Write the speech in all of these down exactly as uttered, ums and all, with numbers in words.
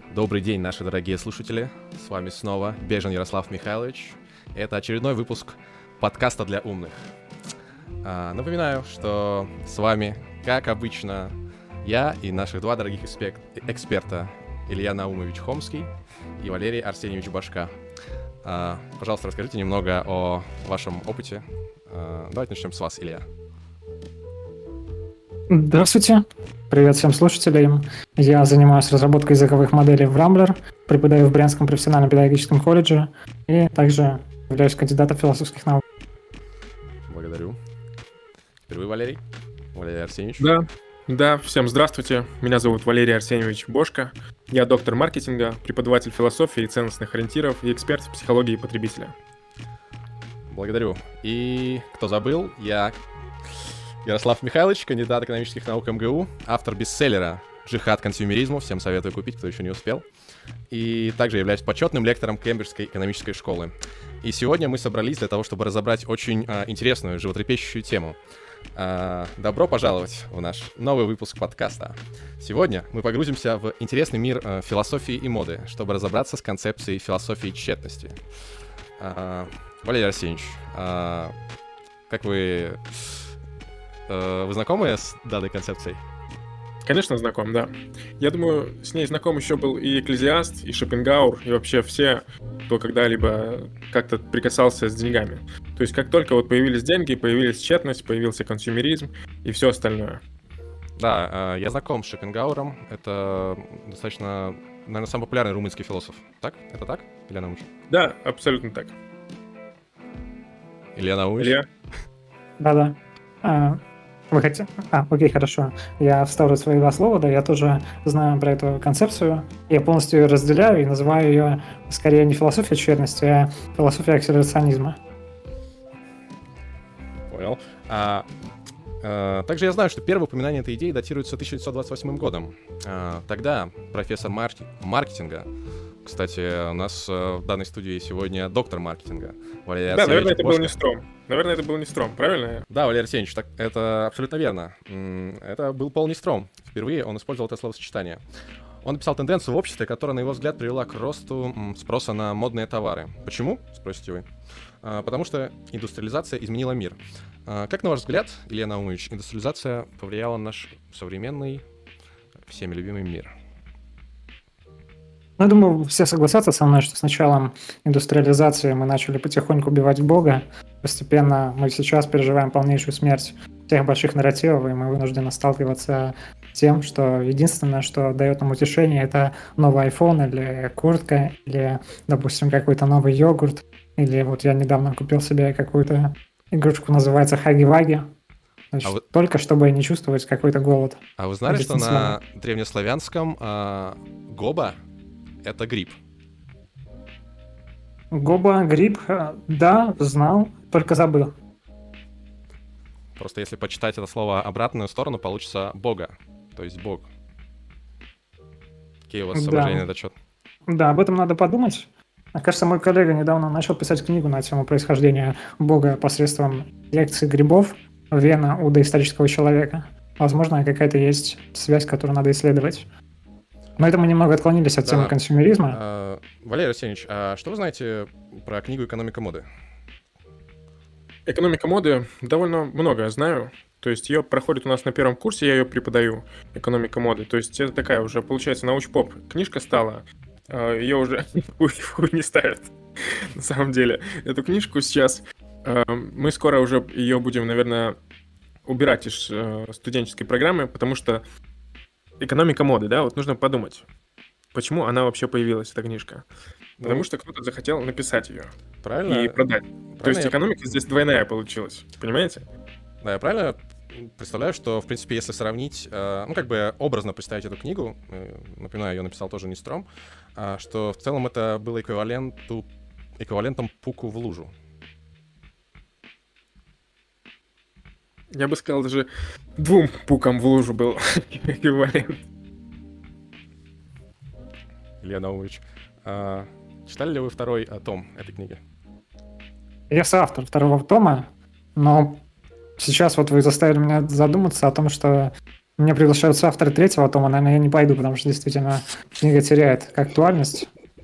Добрый день, наши дорогие слушатели. С вами снова Бежин Ярослав Михайлович. Это очередной выпуск подкаста для умных. А, напоминаю, что с вами, как обычно, я и наших два дорогих экспек- эксперта Илья Наумович Хомский и Валерий Арсеньевич Башка. А, пожалуйста, расскажите немного о вашем опыте. А, давайте начнем с вас, Илья. Здравствуйте. Привет всем слушателям. Я занимаюсь разработкой языковых моделей в Rambler, преподаю в Брянском профессиональном педагогическом колледже и также являюсь кандидатом философских наук. Благодарю. Теперь вы, Валерий. Валерий Арсеньевич. Да, да, всем здравствуйте. Меня зовут Валерий Арсеньевич Бошка. Я доктор маркетинга, преподаватель философии и ценностных ориентиров и эксперт в психологии потребителя. Благодарю. И кто забыл, я Ярослав Михайлович, кандидат экономических наук эм гэ у, автор бестселлера «Джихад консюмеризму». Всем советую купить, кто еще не успел. И также являюсь почетным лектором Кембриджской экономической школы. И сегодня мы собрались для того, чтобы разобрать очень а, интересную, животрепещущую тему. А, добро пожаловать в наш новый выпуск подкаста. Сегодня мы погрузимся в интересный мир а, философии и моды, чтобы разобраться с концепцией философии тщетности. А, Валерий Арсеньевич, а, как вы... Вы знакомы с данной концепцией? Конечно, знаком, да. Я думаю, с ней знаком еще был и Экклезиаст, и Шопенгауэр, и вообще все, кто когда-либо как-то прикасался с деньгами. То есть как только вот появились деньги, появилась тщетность, появился консюмеризм и все остальное. Да, я знаком с Шопенгауэром. Это достаточно, наверное, самый популярный румынский философ. Так? Это так? Илья Наумович? Да, абсолютно так. Илья Наумович? Илья? Да-да. А... Вы хотите? А, окей, хорошо. Я вставлю свои два слова, да, я тоже знаю про эту концепцию. Я полностью ее разделяю и называю ее скорее не философия тщетности, а философия акселерационизма. Понял. А, а, также я знаю, что первое упоминание этой идеи датируется тысяча девятьсот двадцать восьмым годом. А, тогда профессор марки- маркетинга, кстати, у нас в данной студии сегодня доктор маркетинга, Валерий Да, Арсеньевич наверное, это Бошка. был не Стром. Наверное, это был не Стром, правильно? Да, Валерий Арсеньевич, так, это абсолютно верно. Это был Пол Нистром. Впервые он использовал это словосочетание. Он написал тенденцию в обществе, которая, на его взгляд, привела к росту спроса на модные товары. Почему, спросите вы? Потому что индустриализация изменила мир. Как, на ваш взгляд, Илья Наумович, индустриализация повлияла на наш современный, всеми любимый мир? Ну, я думаю, все согласятся со мной, что с началом индустриализации мы начали потихоньку убивать Бога. Постепенно мы сейчас переживаем полнейшую смерть всех больших нарративов, и мы вынуждены сталкиваться с тем, что единственное, что дает нам утешение, это новый iPhone или куртка, или, допустим, какой-то новый йогурт, или вот я недавно купил себе какую-то игрушку, называется Хаги-Ваги. Значит, а вы... Только чтобы не чувствовать какой-то голод. А вы знали, что на древнеславянском э, гоба — это гриб? Гоба, гриб, да, знал, только забыл. Просто если почитать это слово обратную сторону, получится бога, то есть бог. Какие у вас соображения на этот счет? Да, об этом надо подумать. Кажется, мой коллега недавно начал писать книгу на тему происхождения бога посредством лекций грибов вена у доисторического человека. Возможно, какая-то есть связь, которую надо исследовать. Но это мы немного отклонились от да. темы консюмеризма. А, Валерий Арсеньевич, а что вы знаете про книгу «Экономика моды»? Экономика моды довольно много знаю. То есть ее проходит у нас на первом курсе, я ее преподаю, экономика моды. То есть это такая уже, получается, науч-поп. Книжка стала, ее уже не ставят, на самом деле. Эту книжку сейчас, мы скоро уже ее будем, наверное, убирать из студенческой программы, потому что экономика моды, да, вот нужно подумать, почему она вообще появилась, эта книжка. Потому ну, что кто-то захотел написать ее. Правильно. И продать. Правильно. То есть экономика здесь двойная получилась, понимаете? Да, я правильно представляю, что, в принципе, если сравнить, ну, как бы образно представить эту книгу, напоминаю, ее написал тоже Нистром, что в целом это было эквиваленту, эквивалентом пуку в лужу. Я бы сказал, даже двум пукам в лужу был эквивалент. Илья Наумович, а, читали ли вы второй а, том этой книги? Я соавтор второго тома, но сейчас вот вы заставили меня задуматься о том, что меня приглашают с авторы третьего тома, наверное, я не пойду, потому что действительно книга теряет актуальность.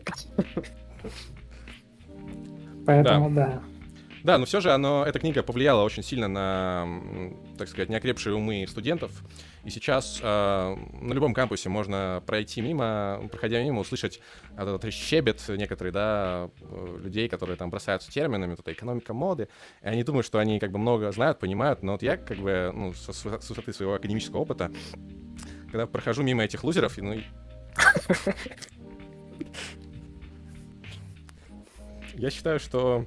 Поэтому да. Да, но все же оно, эта книга повлияла очень сильно на, так сказать, неокрепшие умы студентов. И сейчас э, на любом кампусе можно пройти мимо, проходя мимо, услышать этот щебет некоторых, да, людей, которые там бросаются терминами, вот эта экономика моды. И они думают, что они как бы много знают, понимают. Но вот я как бы, ну, со, с высоты своего академического опыта, когда прохожу мимо этих лузеров, ну... Я считаю, что...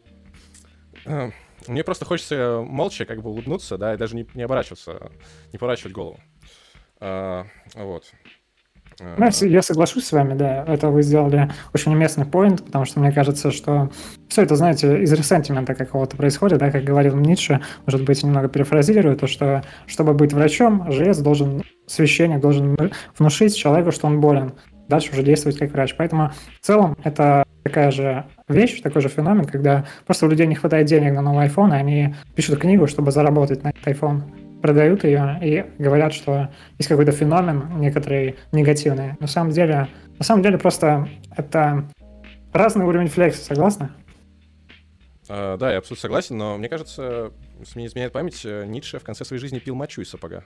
Мне просто хочется молча как бы улыбнуться, да, и даже не, не оборачиваться, не поворачивать голову. А, вот. Ну, я соглашусь с вами, да. Это вы сделали очень уместный поинт, потому что мне кажется, что все это, знаете, из ресентимента какого-то происходит, да, как говорил Ницше, может быть, немного перефразирую, то, что чтобы быть врачом, жрец должен, священник должен внушить человеку, что он болен, дальше уже действовать как врач. Поэтому в целом это такая же вещь, такой же феномен, когда просто у людей не хватает денег на новый iPhone, и они пишут книгу, чтобы заработать на этот iPhone, продают ее и говорят, что есть какой-то феномен, некоторые негативные. На самом деле, на самом деле просто это разный уровень флекса, согласны? Uh, да, я абсолютно согласен, но мне кажется, если мне не изменяет память, Ницше в конце своей жизни пил мочу из сапога.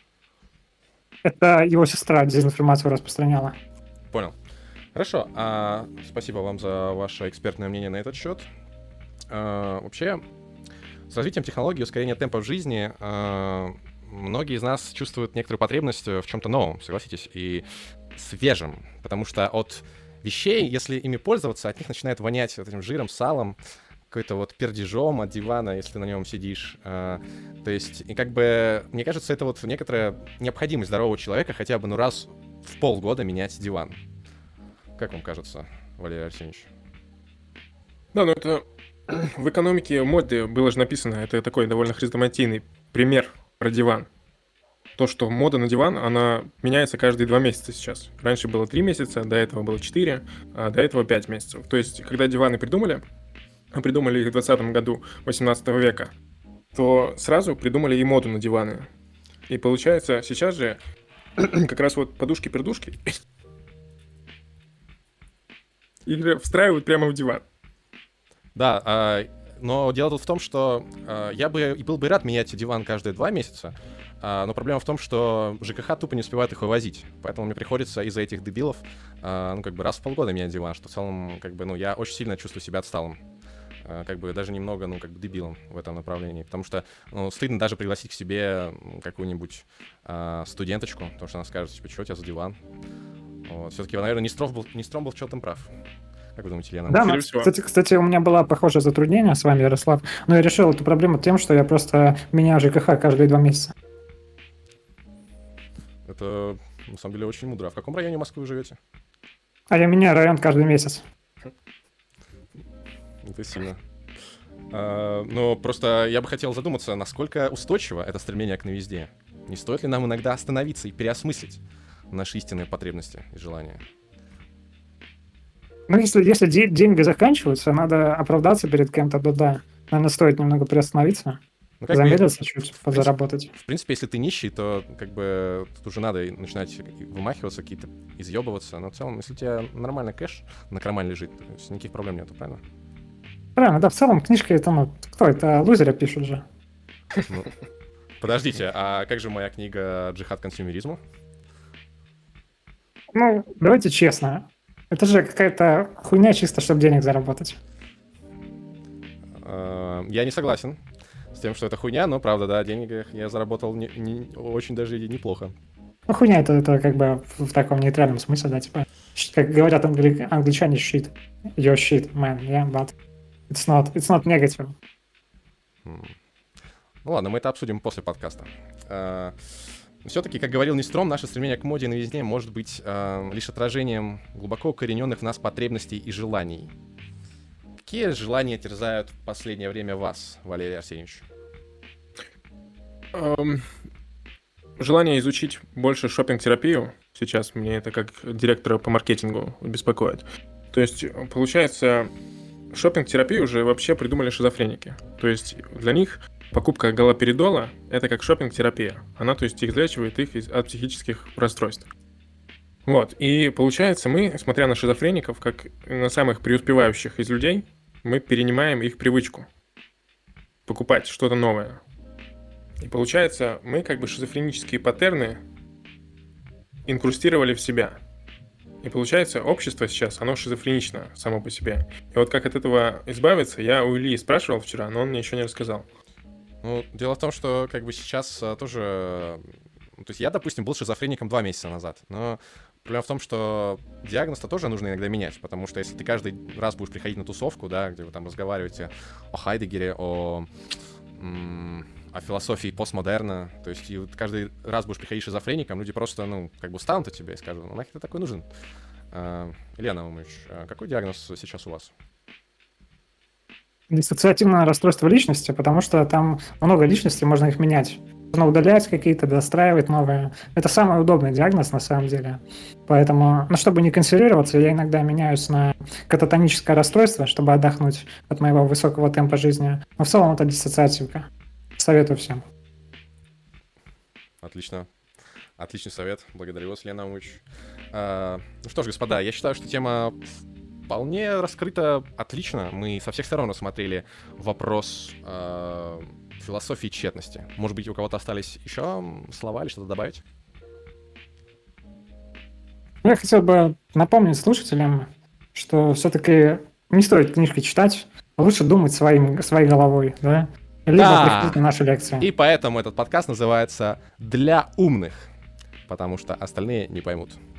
Это его сестра дезинформацию распространяла. Понял. Хорошо, а, спасибо вам за ваше экспертное мнение на этот счет. А, вообще, с развитием технологий и ускорением темпов жизни а, многие из нас чувствуют некоторую потребность в чем-то новом, согласитесь, и свежем, потому что от вещей, если ими пользоваться, от них начинает вонять вот этим жиром, салом, какой-то вот пердежом от дивана, если на нем сидишь. А, то есть, и как бы, мне кажется, это вот некоторая необходимость здорового человека хотя бы ну раз в полгода менять диван. Как вам кажется, Валерий Арсеньевич? Да, ну это в экономике моды было же написано, это такой довольно хрестоматийный пример про диван. То, что мода на диван, она меняется каждые два месяца сейчас. Раньше было три месяца, до этого было четыре, а до этого пять месяцев. То есть, когда диваны придумали, придумали их в двадцатом году восемнадцатого века, то сразу придумали и моду на диваны. И получается, сейчас же как раз вот подушки-пердушки их же встраивают прямо в диван. Да, а, но дело тут в том, что а, я бы и был бы рад менять диван каждые два месяца, а, но проблема в том, что ЖКХ тупо не успевает их вывозить, поэтому мне приходится из-за этих дебилов, а, ну, как бы раз в полгода менять диван, что в целом, как бы, ну, я очень сильно чувствую себя отсталым, а, как бы даже немного, ну, как бы дебилом в этом направлении, потому что, ну, стыдно даже пригласить к себе какую-нибудь а, студенточку, потому что она скажет, типа, что у тебя за диван? Вот. Все-таки, наверное, Нестром был, Нестром был в чем-то прав. Как вы думаете, Лена? Да, но, кстати, кстати, у меня было похожее затруднение с вами, Ярослав, но я решил эту проблему тем, что я просто меняю ЖКХ каждые два месяца. Это, на самом деле, очень мудро. А в каком районе Москвы вы живете? А я меняю район каждый месяц. Это сильно. А, но просто я бы хотел задуматься, насколько устойчиво это стремление к новизне. Не стоит ли нам иногда остановиться и переосмыслить наши истинные потребности и желания? Ну, если, если де- деньги заканчиваются, надо оправдаться перед кем-то, да, да. Наверное, стоит немного приостановиться, ну, как замедлиться бы, чуть, в подзаработать. Принципе, в принципе, если ты нищий, то как бы тут уже надо начинать вымахиваться, какие-то изъебываться. Но в целом, если у тебя нормальный кэш на кармане лежит, то есть никаких проблем нету, правильно? Правильно, да, в целом книжка это, ну, кто это, лузеры пишут же. Ну, подождите, а как же моя книга «Джихад консюмеризму»? Ну, давайте честно. Это же какая-то хуйня чисто, чтобы денег заработать. Я не согласен с тем, что это хуйня, но правда, да, денег я заработал не, не, очень даже неплохо. Ну, хуйня это, это как бы в, в таком нейтральном смысле, да, типа, как говорят англи- англичане, shit. Your shit, man, yeah, but it's not, it's not negative. Hmm. Ну ладно, мы это обсудим после подкаста. Все-таки, как говорил Нестром, наше стремление к моде и новизне может быть э, лишь отражением глубоко укорененных в нас потребностей и желаний. Какие желания терзают в последнее время вас, Валерий Арсеньевич? Um, желание изучить больше шопинг-терапию сейчас мне это как директора по маркетингу беспокоит. То есть, получается, шопинг-терапию уже вообще придумали шизофреники. То есть для них покупка галоперидола – это как шопинг-терапия. Она, то есть, излечивает их из- от психических расстройств. Вот, и получается, мы, смотря на шизофреников, как на самых преуспевающих из людей, мы перенимаем их привычку покупать что-то новое. И получается, мы как бы шизофренические паттерны инкрустировали в себя. И получается, общество сейчас, оно шизофренично само по себе. И вот как от этого избавиться, я у Ильи спрашивал вчера, но он мне еще не рассказал. Ну, дело в том, что как бы сейчас а, тоже... То есть я, допустим, был шизофреником два месяца назад, но проблема в том, что диагноз-то тоже нужно иногда менять, потому что если ты каждый раз будешь приходить на тусовку, да, где вы там разговариваете о Хайдегере, о, м- о философии постмодерна, то есть и вот каждый раз будешь приходить шизофреником, люди просто, ну, как бы устанут от тебя и скажут, ну, нахер ты такой нужен? А, Илья Наумович, а какой диагноз сейчас у вас? Диссоциативное расстройство личности, потому что там много личностей, можно их менять. Можно удалять какие-то, достраивать новые. Это самый удобный диагноз на самом деле. Поэтому, ну, чтобы не консервироваться, я иногда меняюсь на кататоническое расстройство, чтобы отдохнуть от моего высокого темпа жизни. Но в целом это диссоциативка. Советую всем. Отлично. Отличный совет. Благодарю вас, Илья Наумович. А, ну что ж, господа, я считаю, что тема вполне раскрыта отлично. Мы со всех сторон рассмотрели вопрос э, философии тщетности. Может быть, у кого-то остались еще слова или что-то добавить? Я хотел бы напомнить слушателям, что все-таки не стоит книжки читать, а лучше думать своим, своей головой, да? Либо Да. приходить на наши лекции. И поэтому этот подкаст называется «Для умных», потому что остальные не поймут.